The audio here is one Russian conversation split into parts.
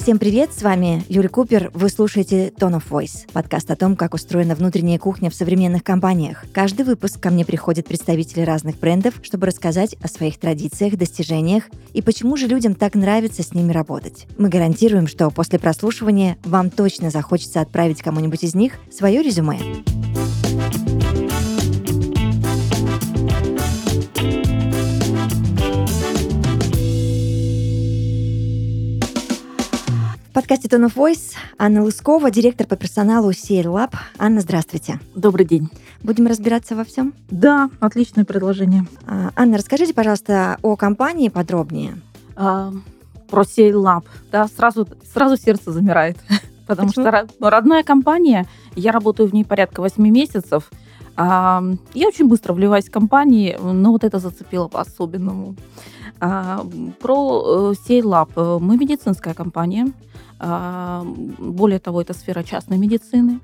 Всем привет, с вами Юлия Купер. Вы слушаете Tone of Voice, подкаст о том, как устроена внутренняя кухня в современных компаниях. Каждый выпуск ко мне приходят представители разных брендов, чтобы рассказать о своих традициях, достижениях и почему же людям так нравится с ними работать. Мы гарантируем, что после прослушивания вам точно захочется отправить кому-нибудь из них свое резюме. В подкасте Tone of Voice Анна Лыскова, директор по персоналу SaleLab. Анна, здравствуйте. Добрый день. Будем разбираться во всем? Да, отличное предложение. Анна, расскажите, пожалуйста, о компании подробнее. Про SaleLab. Да, сразу сердце замирает. Потому что родная компания, я работаю в ней порядка 8 месяцев. Я очень быстро вливаюсь в компании, но вот это зацепило по-особенному. Про SaleLab. Мы медицинская компания. Более того, это сфера частной медицины.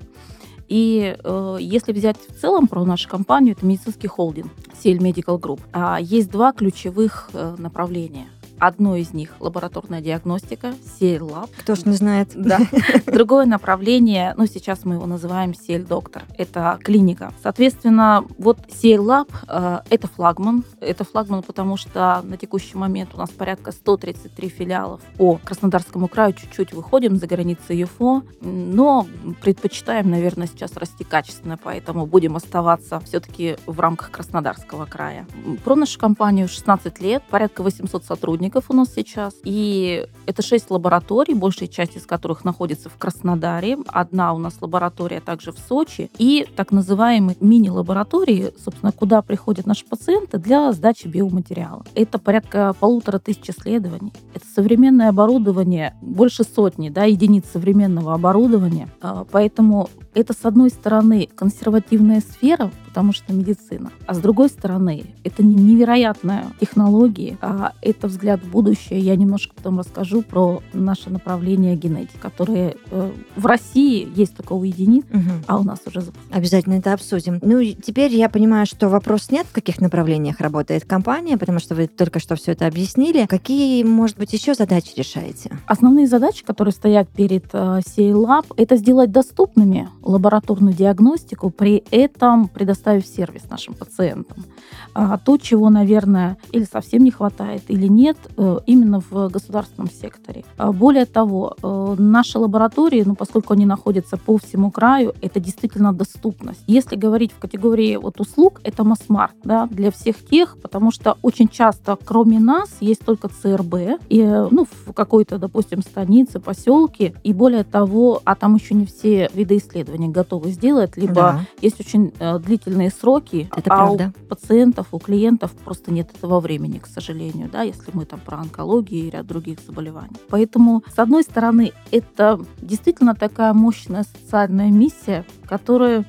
И если взять в целом про нашу компанию, это медицинский холдинг Sale Medical Group. Есть два ключевых направления. Одно из них – лабораторная диагностика, SaleLab. Кто ж не знает. Да. Другое направление, сейчас мы его называем SaleDoctor, это клиника. Соответственно, вот SaleLab – это флагман. Это флагман, потому что на текущий момент у нас порядка 133 филиалов по Краснодарскому краю. Чуть-чуть выходим за границы ЮФО, но предпочитаем, наверное, сейчас расти качественно, поэтому будем оставаться все-таки в рамках Краснодарского края. Про нашу компанию 16 лет, порядка 800 сотрудников у нас сейчас. И это 6 лабораторий, большая часть из которых находится в Краснодаре. Одна у нас лаборатория также в Сочи. И так называемые мини-лаборатории, собственно, куда приходят наши пациенты для сдачи биоматериала. Это порядка 1500 исследований. Это современное оборудование, больше сотни единиц современного оборудования. Поэтому это, с одной стороны, консервативная сфера, потому что медицина, а с другой стороны, это невероятные технологии, это взгляд в будущее. Я немножко потом расскажу про наше направление генетики, которые в России есть только у единиц, а у нас уже запускают. Обязательно это обсудим. Теперь я понимаю, что вопрос нет, в каких направлениях работает компания, потому что вы только что все это объяснили. Какие, может быть, еще задачи решаете? Основные задачи, которые стоят перед SaleLab, это сделать доступными лабораторную диагностику, при этом предоставив сервис нашим пациентам. То, чего, наверное, или совсем не хватает, или нет, именно в государственном секторе. Более того, наши лаборатории, поскольку они находятся по всему краю, это действительно доступность. Если говорить в категории услуг, это масс-маркет, для всех тех, потому что очень часто, кроме нас, есть только ЦРБ, и, в какой-то, допустим, станице, поселке, и более того, там еще не все виды исследований готовы сделать, либо есть очень длительные сроки, правда. У пациентов, у клиентов просто нет этого времени, к сожалению, если мы про онкологию и ряд других заболеваний. Поэтому, с одной стороны, это действительно такая мощная социальная миссия, которую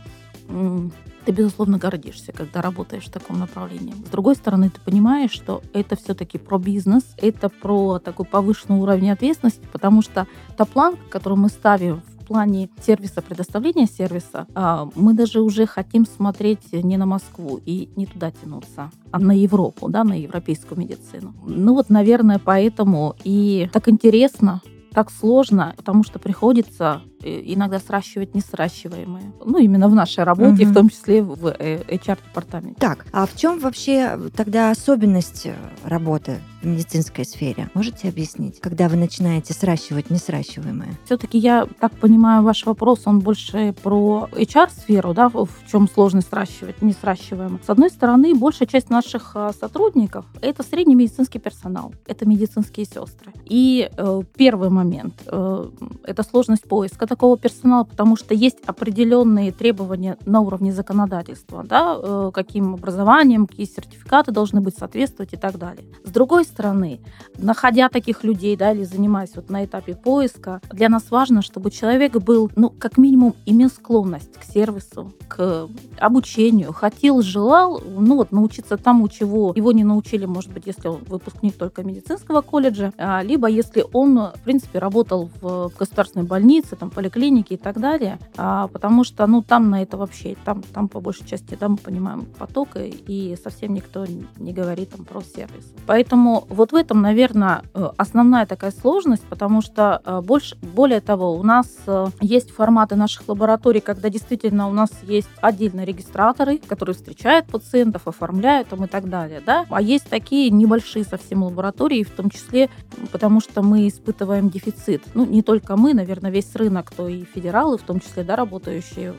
ты, безусловно, гордишься, когда работаешь в таком направлении. С другой стороны, ты понимаешь, что это все-таки про бизнес, это про такой повышенный уровень ответственности, потому что топ-план, который мы ставим в плане сервиса, предоставления сервиса, мы даже уже хотим смотреть не на Москву и не туда тянуться, а на Европу, на европейскую медицину. Наверное, поэтому и так интересно, так сложно, потому что приходится иногда сращивать несращиваемые. Именно в нашей работе, в том числе в HR-департаменте. Так, а в чем вообще тогда особенность работы в медицинской сфере? Можете объяснить, когда вы начинаете сращивать несращиваемое? Все-таки я так понимаю, ваш вопрос, он больше про HR-сферу, в чем сложность сращивать несращиваемое. С одной стороны, большая часть наших сотрудников – это средний медицинский персонал, это медицинские сестры. И первый момент – это сложность поиска такого персонала, потому что есть определенные требования на уровне законодательства, каким образованием, какие сертификаты должны быть соответствовать и так далее. С другой стороны, находя таких людей, или занимаясь на этапе поиска, для нас важно, чтобы человек был, как минимум, имел склонность к сервису, к обучению, хотел, желал, научиться тому, чего его не научили, может быть, если он выпускник только медицинского колледжа, либо если он, в принципе, работал в государственной больнице, поликлинике и так далее, потому что, там на это вообще, там по большей части, мы понимаем поток, и совсем никто не говорит про сервис. Поэтому Ну, вот в этом, наверное, основная такая сложность, потому что более того, у нас есть форматы наших лабораторий, когда действительно у нас есть отдельные регистраторы, которые встречают пациентов, оформляют там и так далее, да, а есть такие небольшие совсем лаборатории, в том числе потому что мы испытываем дефицит. Ну, не только мы, наверное, весь рынок, то и федералы, в том числе, да, работающие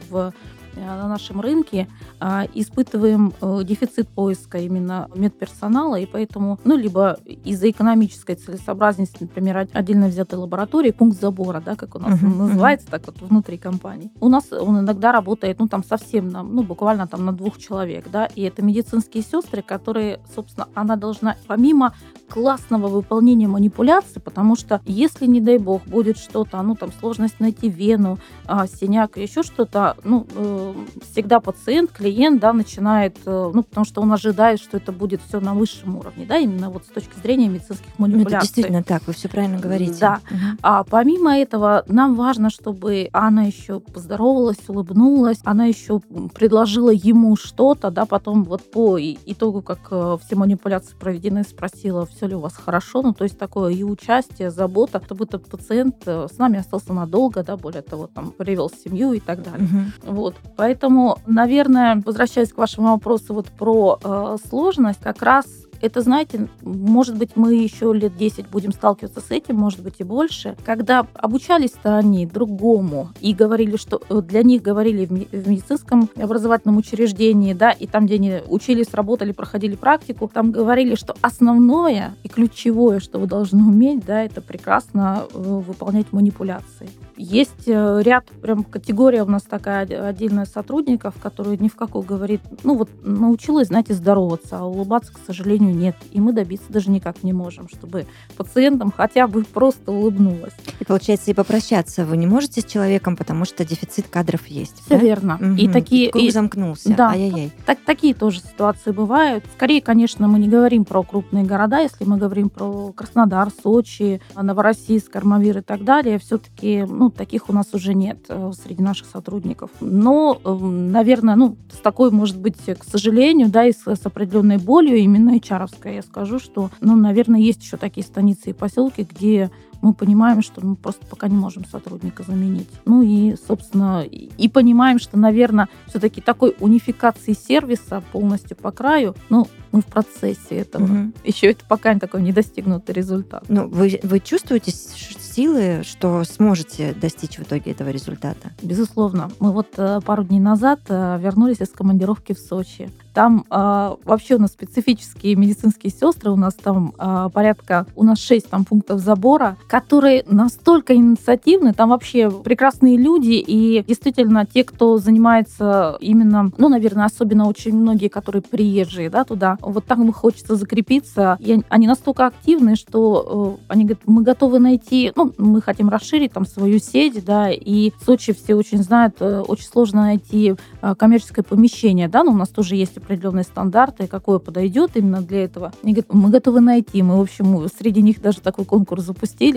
на нашем рынке, испытываем дефицит поиска именно медперсонала, и поэтому, либо из-за экономической целесообразности, например, отдельно взятой лаборатории, пункт забора, да, как у нас называется, так вот внутри компании. У нас он иногда работает, там совсем, буквально там на 2 человек, да, и это медицинские сестры, которые, собственно, она должна, помимо классного выполнения манипуляций, потому что если, не дай бог, будет что-то, сложность найти вену, синяк, еще что-то, всегда пациент, клиент, да, начинает, потому что он ожидает, что это будет все на высшем уровне, да, именно вот с точки зрения медицинских манипуляций. Это действительно так, вы все правильно говорите. Да. А помимо этого, нам важно, чтобы она еще поздоровалась, улыбнулась, она еще предложила ему что-то, да, потом вот по итогу, как все манипуляции проведены, спросила, все ли у вас хорошо, то есть такое и участие, забота, чтобы этот пациент с нами остался надолго, да, более того, там, привел семью и так далее. Вот. Поэтому, наверное, возвращаясь к вашему вопросу вот про сложность, как раз это, знаете, может быть, мы еще лет 10 будем сталкиваться с этим, может быть, и больше. Когда обучались-то они другому и говорили, что для них говорили в медицинском образовательном учреждении, да, и там, где они учились, работали, проходили практику, там говорили, что основное и ключевое, что вы должны уметь, да, это прекрасно выполнять манипуляции. Есть ряд, прям категория у нас такая отдельная сотрудников, которые ни в какую говорит, научилась, знаете, здороваться, а улыбаться, к сожалению, нет. И мы добиться даже никак не можем, чтобы пациентам хотя бы просто улыбнулась. И получается, и попрощаться вы не можете с человеком, потому что дефицит кадров есть. Все да? верно. И такие... Круг замкнулся. Да, ай-яй-яй. Такие тоже ситуации бывают. Скорее, конечно, мы не говорим про крупные города, если мы говорим про Краснодар, Сочи, Новороссийск, Армавир и так далее, все-таки, таких у нас уже нет среди наших сотрудников. Но, наверное, с такой, может быть, к сожалению, да, и с определенной болью, именно HR-овской, я скажу, что, наверное, есть еще такие станицы и поселки, где мы понимаем, что мы просто пока не можем сотрудника заменить. И, собственно, и понимаем, что, наверное, все-таки такой унификации сервиса полностью по краю, мы в процессе этого. Еще это пока такой недостигнутый результат. Вы чувствуете силы, что сможете достичь в итоге этого результата? Безусловно. Мы вот пару дней назад вернулись из командировки в Сочи. Там вообще у нас специфические медицинские сестры, у нас там порядка, у нас 6 там пунктов забора, которые настолько инициативны, там вообще прекрасные люди, и действительно те, кто занимается именно, наверное, особенно очень многие, которые приезжие, да, туда, вот там им хочется закрепиться, и они настолько активны, что они говорят, мы готовы найти, мы хотим расширить там свою сеть, да, и в Сочи все очень знают, очень сложно найти коммерческое помещение, да, но у нас тоже есть определенные стандарты, какое подойдет именно для этого. Они говорят, мы готовы найти. Мы, в общем, среди них даже такой конкурс запустили,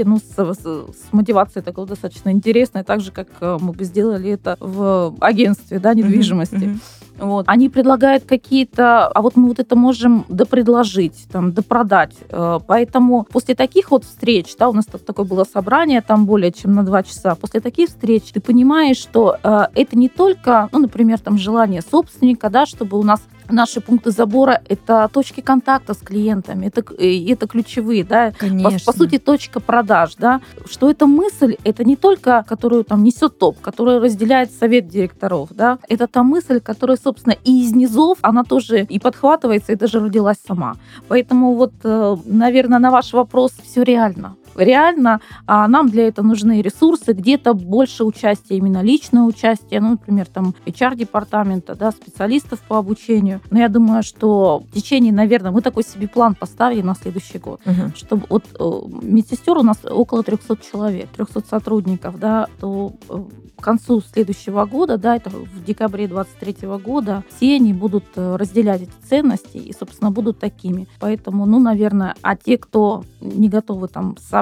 с мотивацией такой достаточно интересной, так же, как мы бы сделали это в агентстве, да, недвижимости. Вот. Они предлагают какие-то, а вот мы вот это можем допредложить, там, допродать. Поэтому после таких вот встреч, да, у нас такое было собрание, там более чем на 2 часа, после таких встреч ты понимаешь, что это не только, например, там, желание собственника, да, чтобы у нас наши пункты забора — это точки контакта с клиентами, это ключевые, да, по сути, точка продаж, да, что эта мысль, это не только, которую там несет топ, которую разделяет совет директоров, да, это та мысль, которая, собственно, и из низов, она тоже и подхватывается, и даже родилась сама. Поэтому вот, наверное, на ваш вопрос все реально. Реально, нам для этого нужны ресурсы, где-то больше участия, именно личное участие, например, там HR-департамента, да, специалистов по обучению. Но я думаю, что в течение, наверное, мы такой себе план поставили на следующий год, чтобы вот медсестер у нас около 300 человек, 300 сотрудников, да, то к концу следующего года, да, это в декабре 2023 года, все они будут разделять эти ценности и, собственно, будут такими. Поэтому, наверное, а те, кто не готовы там со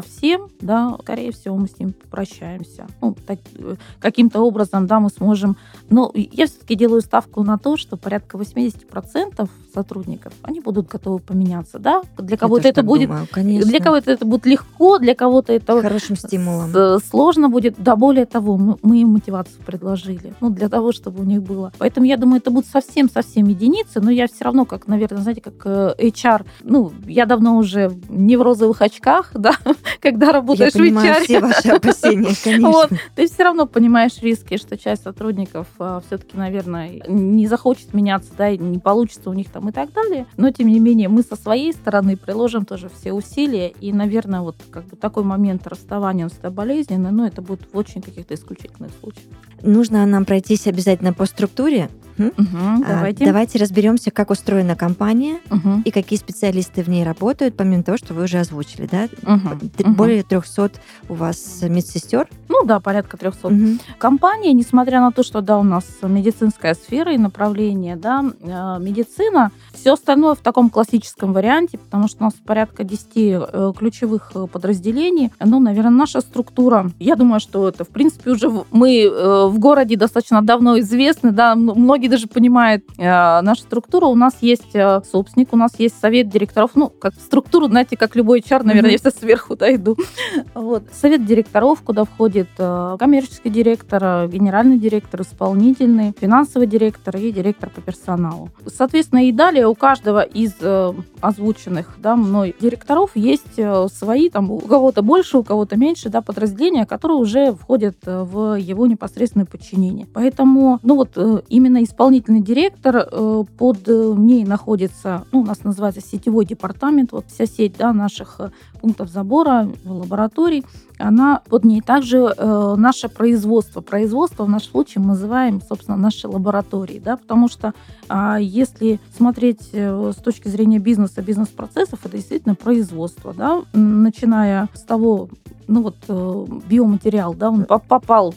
совсем, да, скорее всего, мы с ним попрощаемся. Каким-то образом, да, мы сможем... Но я все-таки делаю ставку на то, что порядка 80% сотрудников, они будут готовы поменяться, да. Для кого-то это будет... Для кого-то это будет легко, для кого-то это... Хорошим стимулом. Сложно будет. Да, более того, мы им мотивацию предложили. Для того, чтобы у них было. Поэтому я думаю, это будут совсем единицы, но я все равно, как, наверное, знаете, как HR, я давно уже не в розовых очках, да, когда работаешь в HR. Я понимаю все ваши опасения, конечно. Ты все равно понимаешь риски, что часть сотрудников все-таки, наверное, не захочет меняться, да, и не получится у них там и так далее. Но, тем не менее, мы со своей стороны приложим тоже все усилия, и, наверное, такой момент расставания, он всегда болезненный, но это будет в очень каких-то исключительных случаях. Нужно нам пройтись обязательно по структуре. Давайте разберемся, как устроена компания и какие специалисты в ней работают, помимо того, что вы уже озвучили, да? Более 300 у вас медсестер? Порядка 300. Компания, несмотря на то, что, да, у нас медицинская сфера и направление, да, медицина, все остальное в таком классическом варианте, потому что у нас порядка 10 ключевых подразделений. Наверное, наша структура, я думаю, что это, в принципе, уже мы в городе достаточно давно известны, да, многие даже понимают нашу структуру. У нас есть собственник, у нас есть совет директоров, как структуру, знаете, как любой HR, наверное, я все сверху иду. Совет директоров, куда входит коммерческий директор, генеральный директор, исполнительный, финансовый директор и директор по персоналу. Соответственно, и далее у каждого из озвученных, да, мной директоров есть свои, там, у кого-то больше, у кого-то меньше, да, подразделения, которые уже входят в его непосредственное подчинение. Поэтому, именно исполнительный директор, под ней находится, у нас называется сетевой департамент, вся сеть, да, наших пунктов забора, лабораторий, она под ней. Также наше производство. Производство в нашем случае мы называем, собственно, наши лаборатории, да, потому что если смотреть с точки зрения бизнеса, бизнес-процессов, это действительно производство, да, начиная с того, биоматериал, да, он попал,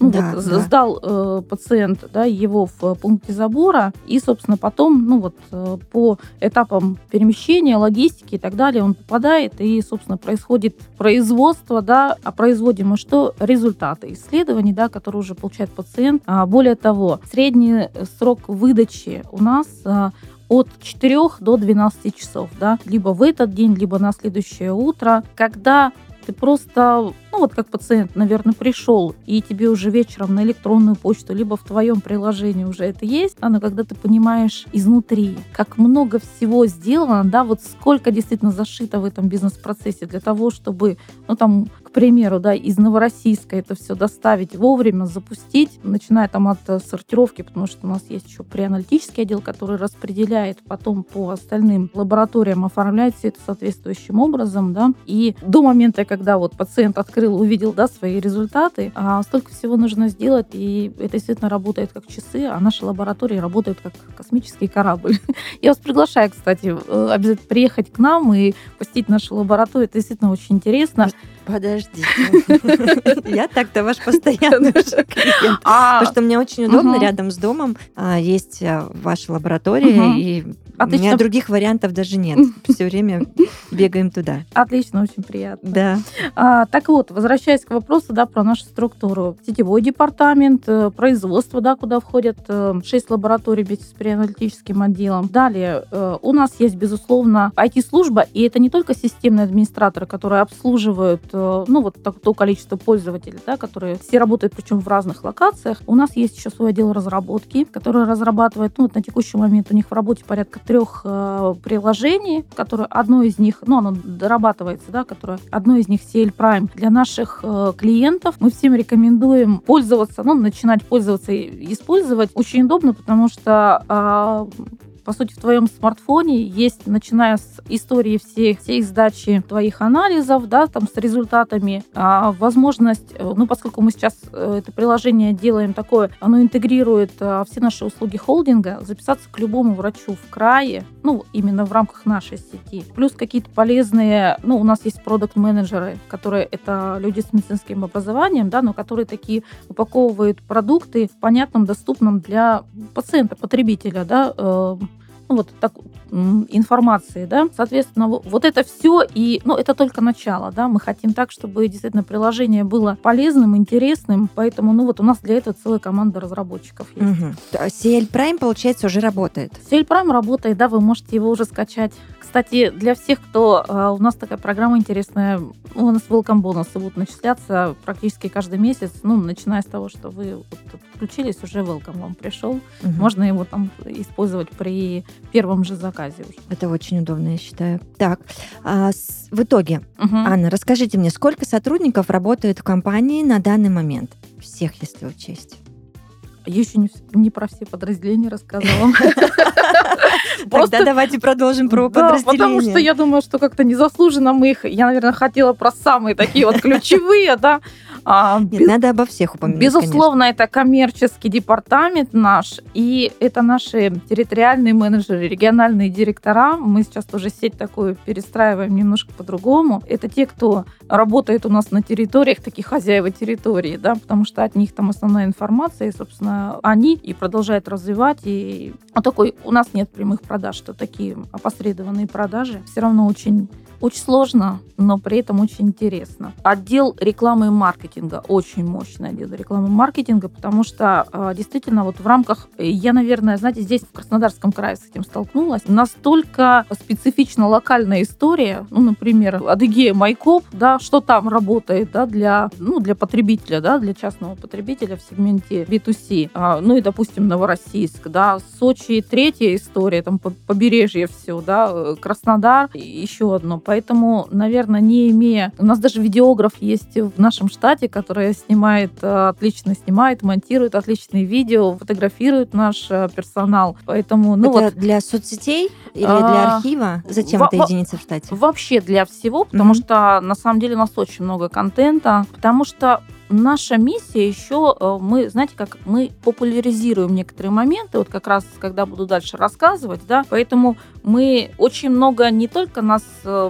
сдал пациент, да, его в пункте забора, и, собственно, потом, по этапам перемещения, логистики и так далее, он попадает, и, собственно, происходит производство, да, а производим мы что? Результаты исследований, да, которые уже получает пациент. Более того, средний срок выдачи у нас от 4 до 12 часов, да, либо в этот день, либо на следующее утро, когда ты просто, как пациент, наверное, пришел, и тебе уже вечером на электронную почту, либо в твоем приложении уже это есть, но когда ты понимаешь изнутри, как много всего сделано, да, сколько действительно зашито в этом бизнес-процессе для того, чтобы, к примеру, да, из Новороссийска это все доставить вовремя, запустить, начиная там от сортировки, потому что у нас есть еще преаналитический отдел, который распределяет потом по остальным лабораториям, оформляет все это соответствующим образом, да, и до момента, когда пациент открыл, увидел, да, свои результаты, столько всего нужно сделать, и это действительно работает как часы, а наши лаборатории работают как космический корабль. Я вас приглашаю, кстати, обязательно приехать к нам и посетить нашу лабораторию, это действительно очень интересно. Подождите. Я так-то ваш постоянный клиент. Потому что мне очень удобно, рядом с домом есть ваша лаборатория, и у меня других вариантов даже нет. Все время бегаем туда. Отлично, очень приятно. Да. Так вот, возвращаясь к вопросу, да, про нашу структуру. Сетевой департамент, производство, да, куда входят 6 лабораторий вместе с преаналитическим отделом. Далее у нас есть, безусловно, IT-служба, и это не только системные администраторы, которые обслуживают то количество пользователей, да, которые все работают, причем в разных локациях. У нас есть еще свой отдел разработки, который разрабатывает, на текущий момент у них в работе порядка 3 приложений, которые одно из них, оно дорабатывается, да, одно из них CL Prime. Для наших клиентов мы всем рекомендуем пользоваться, начинать пользоваться и использовать. Очень удобно, потому что по сути, в твоем смартфоне есть, начиная с истории всей сдачи твоих анализов, да, там с результатами, возможность, поскольку мы сейчас это приложение делаем такое, оно интегрирует все наши услуги холдинга, записаться к любому врачу в крае, именно в рамках нашей сети. Плюс какие-то полезные, у нас есть продакт-менеджеры, которые это люди с медицинским образованием, да, но которые такие упаковывают продукты в понятном, доступном для пациента, потребителя, да, информации, да. Соответственно, вот это все, и, это только начало, да. Мы хотим так, чтобы действительно приложение было полезным, интересным, поэтому, у нас для этого целая команда разработчиков есть. CL Prime, получается, уже работает? CL Prime работает, да, вы можете его уже скачать. Кстати, для всех, кто... у нас такая программа интересная, у нас welcome бонусы будут начисляться практически каждый месяц, начиная с того, что вы подключились, уже welcome вам пришел. Можно его там использовать при первом же заказе уже. Это очень удобно, я считаю. Так, в итоге, Анна, расскажите мне, сколько сотрудников работает в компании на данный момент? Всех, если учесть. Я еще не про все подразделения рассказала. Тогда давайте продолжим про подразделения. Потому что я думаю, что как-то незаслуженно мы их... Я, наверное, хотела про самые такие вот ключевые, да. Нет, надо обо всех упомянуть, безусловно, конечно. Это коммерческий департамент наш, и это наши территориальные менеджеры, региональные директора. Мы сейчас тоже сеть такую перестраиваем немножко по-другому. Это те, кто работает у нас на территориях, такие хозяева территории, да, потому что от них там основная информация, и, собственно, они и продолжают развивать. И такой у нас нет прямых продаж, что такие опосредованные продажи. Все равно очень сложно, но при этом очень интересно. Отдел рекламы и маркетинга, очень мощный отдел рекламы и маркетинга, потому что действительно вот в рамках, я, наверное, знаете, здесь в Краснодарском крае с этим столкнулась, настолько специфична локальная история, например, Адыгея Майкоп, да, что там работает, да, для потребителя, да, для частного потребителя в сегменте B2C, и, допустим, Новороссийск, да, Сочи, третья история, там побережье все, да, Краснодар, еще одно. Поэтому, наверное, не имея... У нас даже видеограф есть в нашем штате, который отлично снимает, монтирует отличные видео, фотографирует наш персонал. Поэтому, это для соцсетей или для архива? Зачем эта единица в штате? Вообще для всего, потому что, на самом деле, у нас очень много контента, потому что наша миссия еще, мы, знаете, как мы популяризируем некоторые моменты, вот как раз, когда буду дальше рассказывать, да, поэтому мы очень много не только нас,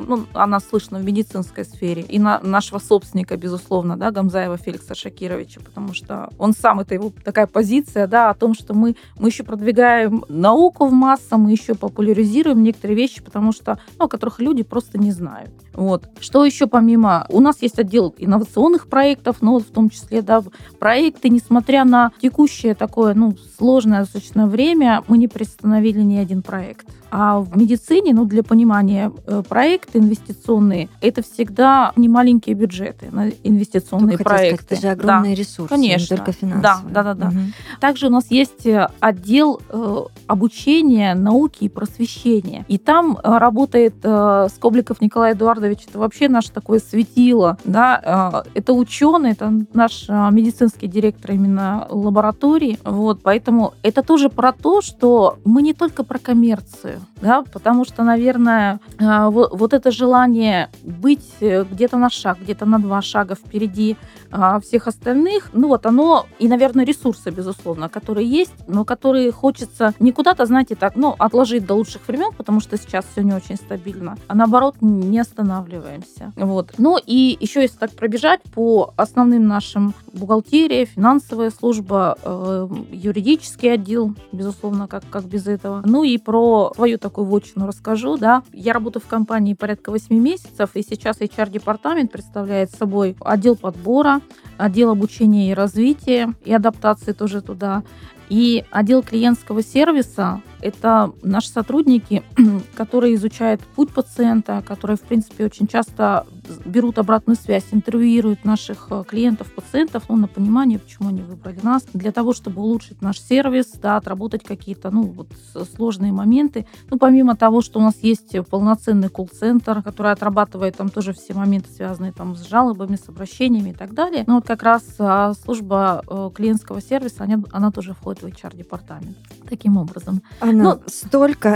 о нас слышно в медицинской сфере, и нашего собственника, безусловно, да, Гамзаева Феликса Шакировича, потому что он сам, это его такая позиция, да, о том, что мы еще продвигаем науку в массы, мы еще популяризируем некоторые вещи, потому что, о которых люди просто не знают. Вот. Что еще помимо? У нас есть отдел инновационных проектов, в том числе, да, проекты, несмотря на текущее такое, сложное достаточно время, мы не приостановили ни один проект. А в медицине, для понимания, проекты инвестиционные, это всегда не маленькие бюджеты на инвестиционные проекты. Сказать, это же огромные ресурсы, конечно, не только финансовые. Да. Угу. Также у нас есть отдел обучения, науки и просвещения. И там работает Скобликов Николай Эдуардович, это вообще наше такое светило. Да? Это ученый, это наш медицинский директор именно лаборатории. Вот, поэтому это тоже про то, что мы не только про коммерцию, да, потому что, наверное, вот это желание быть где-то на шаг, где-то на 2 шага впереди всех остальных, оно, и, наверное, ресурсы, безусловно, которые есть, но которые хочется не куда-то, знаете, так, отложить до лучших времен, потому что сейчас все не очень стабильно, а наоборот, не останавливаемся. Вот. И еще, если так пробежать по основным нашим: бухгалтерия, финансовая служба, юридический отдел, безусловно, как без этого. И про свою такую вотчину расскажу, да. Я работаю в компании порядка 8 месяцев, и сейчас HR-департамент представляет собой отдел подбора, отдел обучения и развития, и адаптации тоже туда, и отдел клиентского сервиса. Это наши сотрудники, которые изучают путь пациента, которые, в принципе, очень часто берут обратную связь, интервьюируют наших клиентов, пациентов, на понимание, почему они выбрали нас, для того, чтобы улучшить наш сервис, да, отработать какие-то сложные моменты. Помимо того, что у нас есть полноценный колл-центр, который отрабатывает там тоже все моменты, связанные там с жалобами, с обращениями и так далее. Как раз служба клиентского сервиса, она тоже входит в HR-департамент. Таким образом. Столько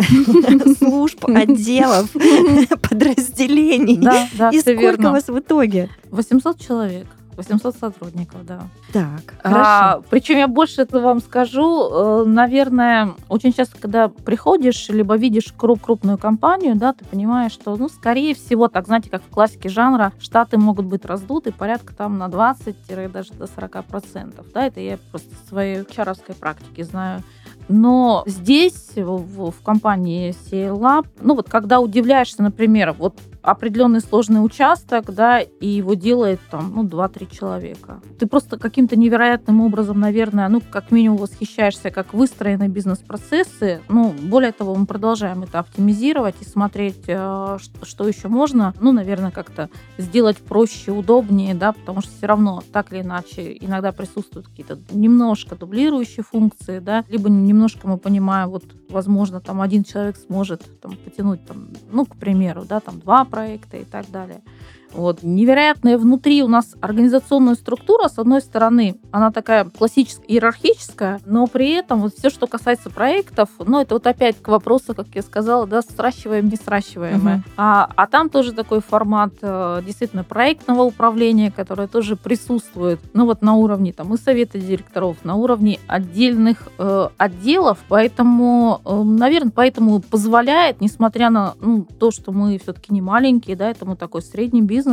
служб, отделов, подразделений. Да, и сколько у вас в итоге? 800 человек. 800 сотрудников, да. Так, хорошо. Причем я больше этого вам скажу. Наверное, очень часто, когда приходишь, либо видишь крупную компанию, да, ты понимаешь, что, скорее всего, так, знаете, как в классике жанра, штаты могут быть раздуты порядка там на 20, даже до 40%. Да, это я просто в своей чаровской практике знаю Но здесь, в компании CL Lab, ну вот когда удивляешься, например, вот определенный сложный участок, да, и его делает там, 2-3 человека. Ты просто каким-то невероятным образом, наверное, как минимум восхищаешься, как выстроены бизнес-процессы. Более того, мы продолжаем это оптимизировать и смотреть, что еще можно, наверное, как-то сделать проще, удобнее, да, потому что все равно так или иначе иногда присутствуют какие-то немножко дублирующие функции, да, либо немножко мы понимаем, вот, возможно, там один человек сможет там потянуть, там, к примеру, да, там 2 проекта и так далее. Вот. Невероятная внутри у нас организационная структура, с одной стороны, она такая классическая, иерархическая, но при этом вот все, что касается проектов, это вот опять к вопросу, как я сказала, да, сращиваем, не сращиваемое. А там тоже такой формат действительно проектного управления, которое тоже присутствует, на уровне там и совета директоров, на уровне отдельных отделов, поэтому, наверное, поэтому позволяет, несмотря на то, что мы все-таки не маленькие, да, это мы такой средний бизнес,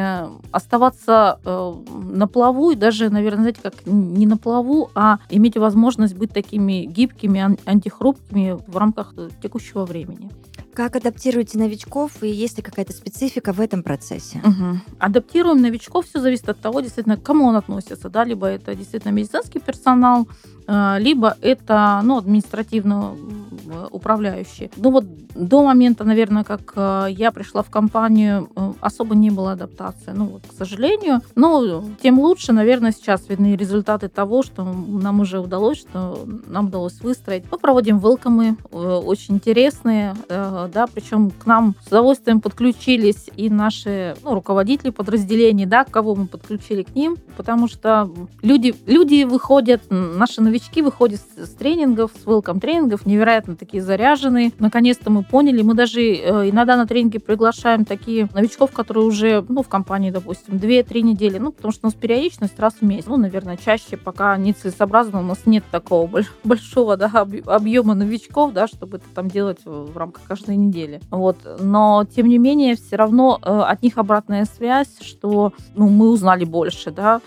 оставаться на плаву и даже, наверное, знаете, как не на плаву, а иметь возможность быть такими гибкими, антихрупкими в рамках текущего времени. Как адаптируете новичков и есть ли какая-то специфика в этом процессе? Адаптируем новичков, все зависит от того, действительно, к кому он относится, да, либо это действительно медицинский персонал, либо это, административно управляющие. До момента, наверное, как я пришла в компанию, особо не было адаптации, к сожалению. Но тем лучше, наверное, сейчас видны результаты того, что нам уже удалось, что нам удалось выстроить. Мы проводим велкомы, очень интересные, да, причем к нам с удовольствием подключились и наши руководители подразделений, да, кого мы подключили к ним, потому что люди выходят, наши новички выходят с тренингов, с велком-тренингов, невероятно такие заряженные. Наконец-то мы поняли, мы даже иногда на тренинги приглашаем такие новичков, которые уже в компании, допустим, 2-3 недели, потому что у нас периодичность раз в месяц, наверное, чаще, пока нецелесообразно, у нас нет такого большого, да, объема новичков, да, чтобы это там делать в рамках каждой недели. Но, тем не менее, все равно от них обратная связь, что мы узнали больше, да,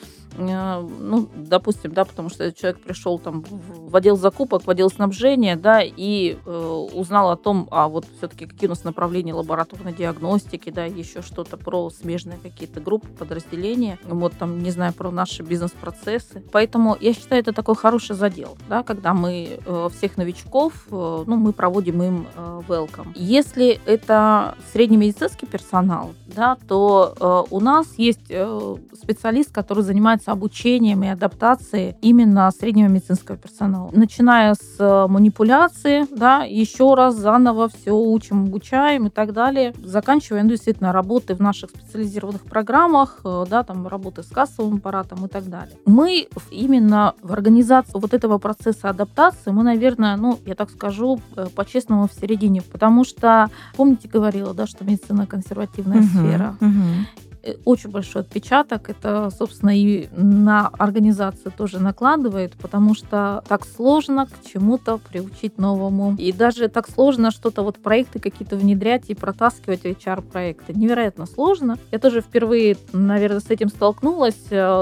допустим, да, потому что человек пришел там в отдел закупок, в отдел снабжения, да, и узнал о том, вот все-таки какие у нас направления лабораторной диагностики, да, еще что-то про смежные какие-то группы, подразделения, там, не знаю, про наши бизнес-процессы. Поэтому я считаю, это такой хороший задел, да, когда мы всех новичков, мы проводим им welcome. Если это среднемедицинский персонал, да, то у нас есть специалист, который занимается обучением и адаптацией именно среднего медицинского персонала. Начиная с манипуляции, да, еще раз заново все учим, обучаем и так далее, заканчивая, действительно, работы в наших специализированных программах, да, там, работы с кассовым аппаратом и так далее. Мы именно в организации вот этого процесса адаптации, мы, наверное, я так скажу, по-честному, в середине, потому что, помните, говорила, да, что медицина консервативная сфера. Очень большой отпечаток. Это, собственно, и на организацию тоже накладывает, потому что так сложно к чему-то приучить новому. И даже так сложно что-то, проекты какие-то внедрять и протаскивать в HR-проекты. Невероятно сложно. Я тоже впервые, наверное, с этим столкнулась,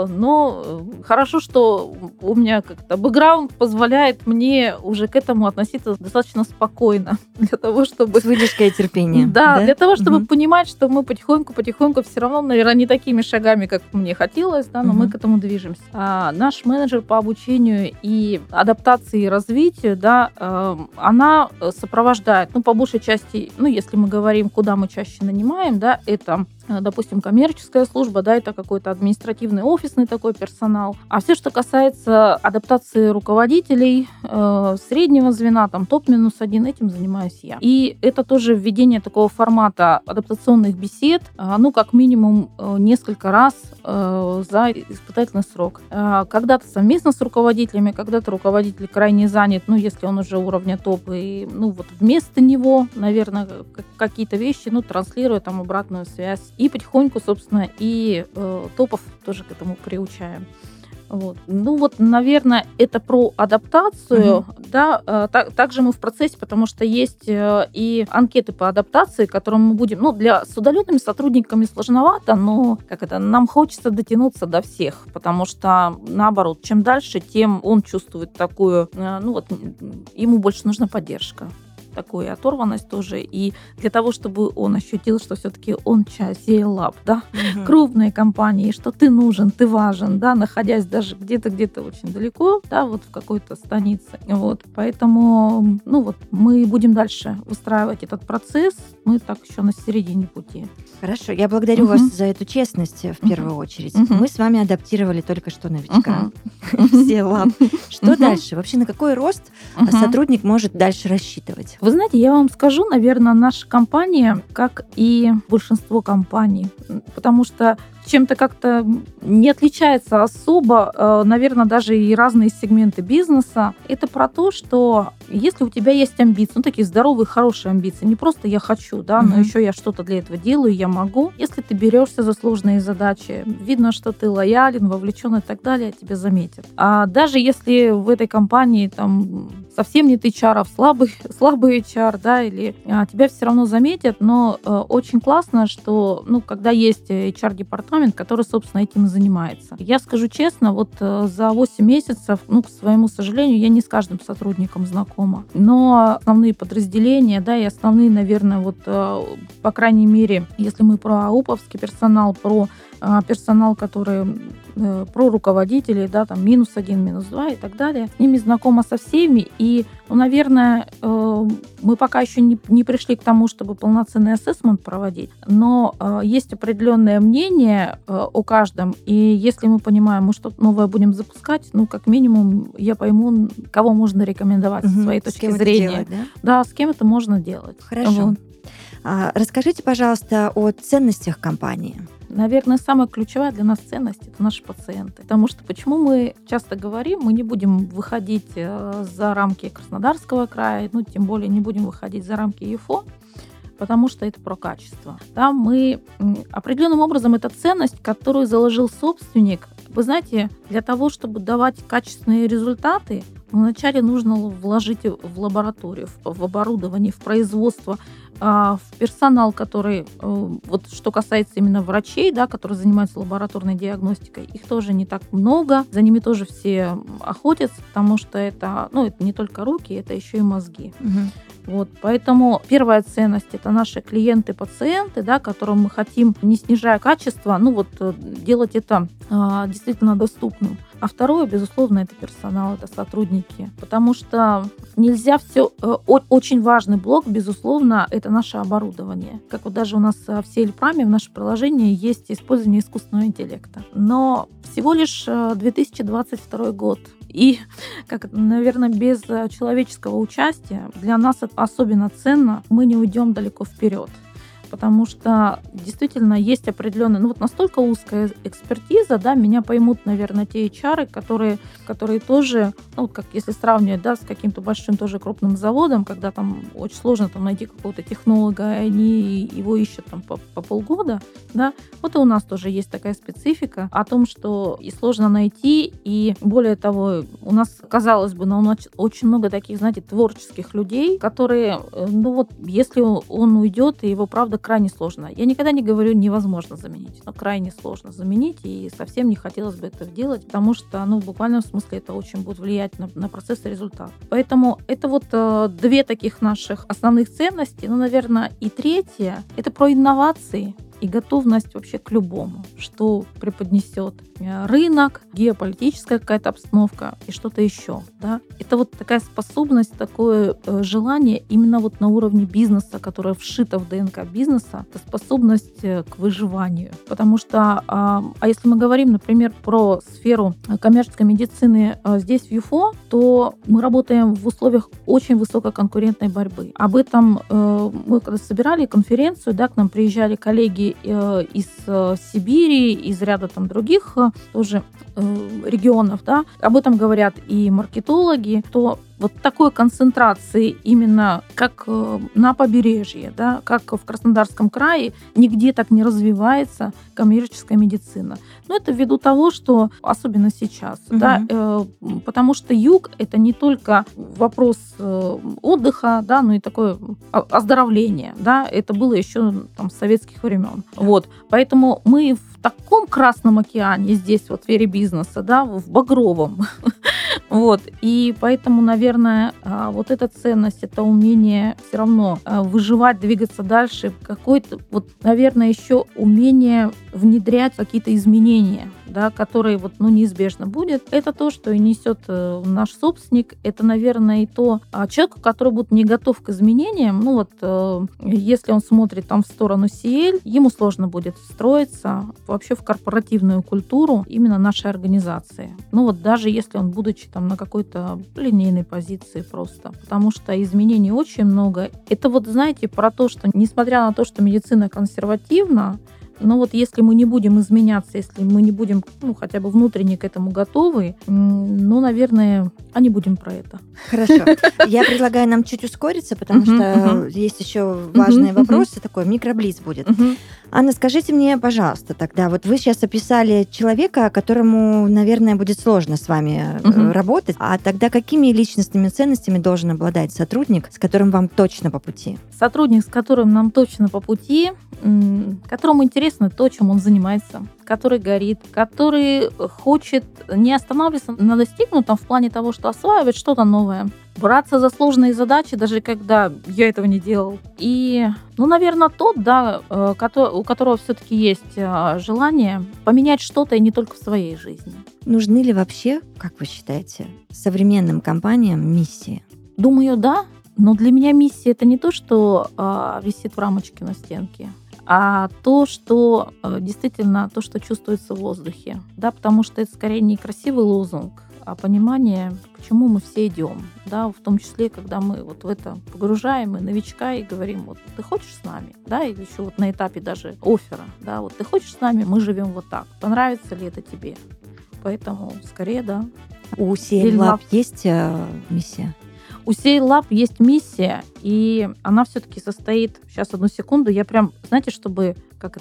но хорошо, что у меня как-то бэкграунд позволяет мне уже к этому относиться достаточно спокойно. Для того, чтобы... С выдержкой и терпением. Да, для того, чтобы понимать, что мы потихоньку все равно, наверное, не такими шагами, как мне хотелось, да, но мы к этому движемся. Наш менеджер по обучению и адаптации и развитию, да, она сопровождает, по большей части, если мы говорим, куда мы чаще нанимаем, да, это, допустим, коммерческая служба, да, это какой-то административный, офисный такой персонал. А все, что касается адаптации руководителей, среднего звена, там, топ-1, этим занимаюсь я. И это тоже введение такого формата адаптационных бесед, как минимум несколько раз за испытательный срок. Когда-то совместно с руководителями, когда-то руководитель крайне занят, если он уже уровня топ, и вместо него, наверное, какие-то вещи, транслируя там обратную связь. И потихоньку, собственно, и топов тоже к этому приучаем. Вот. Ну вот, наверное, это про адаптацию. Да, также мы в процессе, потому что есть и анкеты по адаптации, которым мы будем... с удаленными сотрудниками сложновато, но нам хочется дотянуться до всех, потому что, наоборот, чем дальше, тем он чувствует такую... ему больше нужна поддержка. Такую оторванность тоже. И для того, чтобы он ощутил, что все-таки он часть CLab, да, крупной компании, что ты нужен, ты важен, да, находясь даже где-то очень далеко, да, вот в какой-то станице. Вот. Поэтому, мы будем дальше выстраивать этот процесс. Мы так еще на середине пути. Хорошо, я благодарю вас за эту честность в первую очередь. Мы с вами адаптировали только что новичка в CLab. Что дальше? Вообще на какой рост сотрудник может дальше рассчитывать? Вы знаете, я вам скажу, наверное, наша компания, как и большинство компаний, потому что чем-то как-то не отличается особо, наверное, даже и разные сегменты бизнеса. Это про то, что если у тебя есть амбиции, такие здоровые, хорошие амбиции, не просто я хочу, да, но еще я что-то для этого делаю, я могу. Если ты берешься за сложные задачи, видно, что ты лоялен, вовлечен и так далее, тебя заметят. А даже если в этой компании там совсем нет HR, слабый HR, да, или тебя все равно заметят, но очень классно, что, когда есть HR-департамент, который, собственно, этим и занимается. Я скажу честно, вот за 8 месяцев, к своему сожалению, я не с каждым сотрудником знакома, но основные подразделения, да, и основные, наверное, по крайней мере, если мы про УПовский персонал, про персонал, который про руководителей, да, там -1, -2 и так далее. С ними знакома со всеми, и, наверное, мы пока еще не пришли к тому, чтобы полноценный ассессмент проводить, но есть определенное мнение о каждом, и если мы понимаем, мы что-то новое будем запускать, как минимум я пойму, кого можно рекомендовать со своей точки зрения. Делать, да? Да, с кем это можно делать. Хорошо. Вот. Расскажите, пожалуйста, о ценностях компании. Наверное, самая ключевая для нас ценность – это наши пациенты. Потому что почему мы часто говорим, мы не будем выходить за рамки Краснодарского края, тем более не будем выходить за рамки ЕФО, потому что это про качество. Да, мы определенным образом это ценность, которую заложил собственник. Вы знаете, для того, чтобы давать качественные результаты, вначале нужно вложить в лабораторию, в оборудование, в производство, в персонал, который, что касается именно врачей, да, которые занимаются лабораторной диагностикой, их тоже не так много, за ними тоже все охотятся, потому что это не только руки, это еще и мозги. Вот, поэтому первая ценность – это наши клиенты-пациенты, да, которым мы хотим, не снижая качество, делать это действительно доступным. А второе, безусловно, это персонал, это сотрудники. Потому что нельзя все... Очень важный блок, безусловно, это наше оборудование. Как даже у нас в CLPRAM, в нашем приложении есть использование искусственного интеллекта. Но всего лишь 2022 год. И, наверное, без человеческого участия для нас это особенно ценно. Мы не уйдем далеко вперед. Потому что действительно есть определенная, настолько узкая экспертиза, да, меня поймут, наверное, те HR, которые тоже, как если сравнивать, да, с каким-то большим тоже крупным заводом, когда там очень сложно найти какого-то технолога, и они его ищут там по полгода, да, и у нас тоже есть такая специфика о том, что и сложно найти, и более того, у нас, казалось бы, очень много таких, знаете, творческих людей, которые, если он уйдет, и его, правда, крайне сложно. Я никогда не говорю невозможно заменить, но крайне сложно заменить, и совсем не хотелось бы это делать, потому что, в буквальном смысле это очень будет влиять на процесс и результат. Поэтому это две таких наших основных ценности. Наверное, и третье – это про инновации и готовность вообще к любому, что преподнесет рынок, геополитическая какая-то обстановка и что-то еще. Да? Это такая способность, такое желание именно на уровне бизнеса, которое вшито в ДНК бизнеса, это способность к выживанию. Потому что, если мы говорим, например, про сферу коммерческой медицины здесь, в ЮФО, то мы работаем в условиях очень высококонкурентной борьбы. Об этом мы когда собирали конференцию, да, к нам приезжали коллеги из Сибири, из ряда других тоже регионов, да, об этом говорят и маркетологи, то вот такой концентрации именно как на побережье, да, как в Краснодарском крае, нигде так не развивается коммерческая медицина. Но это ввиду того, что, особенно сейчас, да, потому что юг – это не только вопрос отдыха, да, но и такое оздоровление, да, это было еще там с советских времен. Вот, поэтому мы в таком Красном океане здесь вот в сфере бизнеса, да, в багровом. Вот. И поэтому, наверное, вот эта ценность, это умение все равно выживать, двигаться дальше, какое-то, вот, наверное, еще умение внедрять какие-то изменения, да, которые вот, ну, неизбежно будет. Это то, что и несет наш собственник. Это, наверное, и то человек, который будет не готов к изменениям. Ну вот, если он смотрит там в сторону CL, ему сложно будет встроиться вообще в корпоративную культуру именно нашей организации. Ну вот даже если он, будучи там на какой-то линейной позиции просто. Потому что изменений очень много. Это вот, знаете, про то, что несмотря на то, что медицина консервативна, но вот если мы не будем изменяться, если мы не будем, ну, хотя бы внутренне к этому готовы, ну, наверное, не будем про это. Хорошо. Я предлагаю нам чуть ускориться, потому что есть еще важные вопросы, такой микроблиц будет. Анна, скажите мне, пожалуйста, тогда, вот вы сейчас описали человека, которому, наверное, будет сложно с вами работать, а тогда какими личностными ценностями должен обладать сотрудник, с которым вам точно по пути? Сотрудник, с которым нам точно по пути, которому интересно то, чем он занимается, который горит, который хочет не останавливаться на достигнутом в плане того, что осваивать что-то новое, браться за сложные задачи, даже когда я этого не делал. И, ну, наверное, тот, да, у которого все-таки есть желание поменять что-то и не только в своей жизни. Нужны ли вообще, как вы считаете, современным компаниям миссии? Думаю, да. Но для меня миссия – это не то, что висит в рамочке на стенке, а то, что действительно, то, что чувствуется в воздухе. Да, потому что это скорее не красивый лозунг, а понимание, к чему мы все идем. Да, в том числе, когда мы вот в это погружаем и новичка и говорим, вот ты хочешь с нами, да, или еще вот на этапе даже оффера, да, вот ты хочешь с нами, мы живем вот так. Понравится ли это тебе? Поэтому скорее, да. У CL Lab есть миссия? У CL Lab есть миссия, и она все-таки состоит... Сейчас, одну секунду, я прям, знаете, чтобы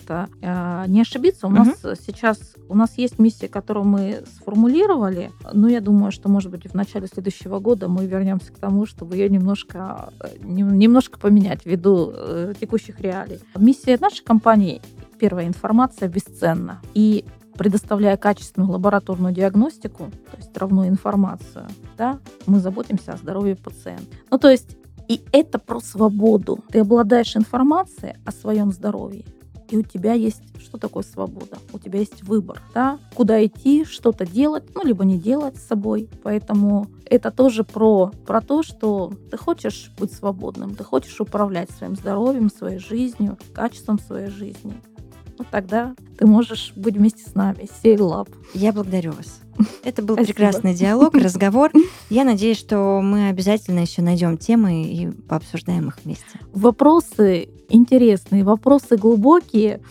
не ошибиться, у нас сейчас... У нас есть миссия, которую мы сформулировали, но я думаю, что, может быть, в начале следующего года мы вернемся к тому, чтобы ее немножко поменять ввиду текущих реалий. Миссия нашей компании, первая, информация бесценна. И предоставляя качественную лабораторную диагностику, то есть равную информацию, да, мы заботимся о здоровье пациента. Ну, то есть, и это про свободу. Ты обладаешь информацией о своем здоровье, и у тебя есть... Что такое свобода? У тебя есть выбор, да, куда идти, что-то делать, ну, либо не делать с собой. Поэтому это тоже про то, что ты хочешь быть свободным, ты хочешь управлять своим здоровьем, своей жизнью, качеством своей жизни. Вот тогда ты можешь быть вместе с нами, CL Lab. Я благодарю вас. Это был прекрасный диалог, разговор. Я надеюсь, что мы обязательно еще найдем темы и пообсуждаем их вместе. Вопросы интересные, вопросы глубокие,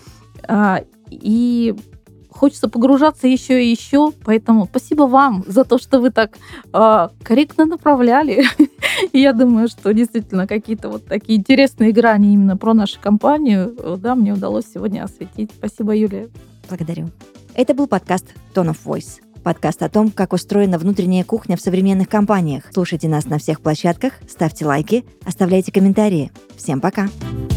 и хочется погружаться еще и еще. Поэтому спасибо вам за то, что вы так корректно направляли. Я думаю, что действительно какие-то вот такие интересные грани именно про нашу компанию, да, мне удалось сегодня осветить. Спасибо, Юлия. Благодарю. Это был подкаст Tone of Voice. Подкаст о том, как устроена внутренняя кухня в современных компаниях. Слушайте нас на всех площадках, ставьте лайки, оставляйте комментарии. Всем пока!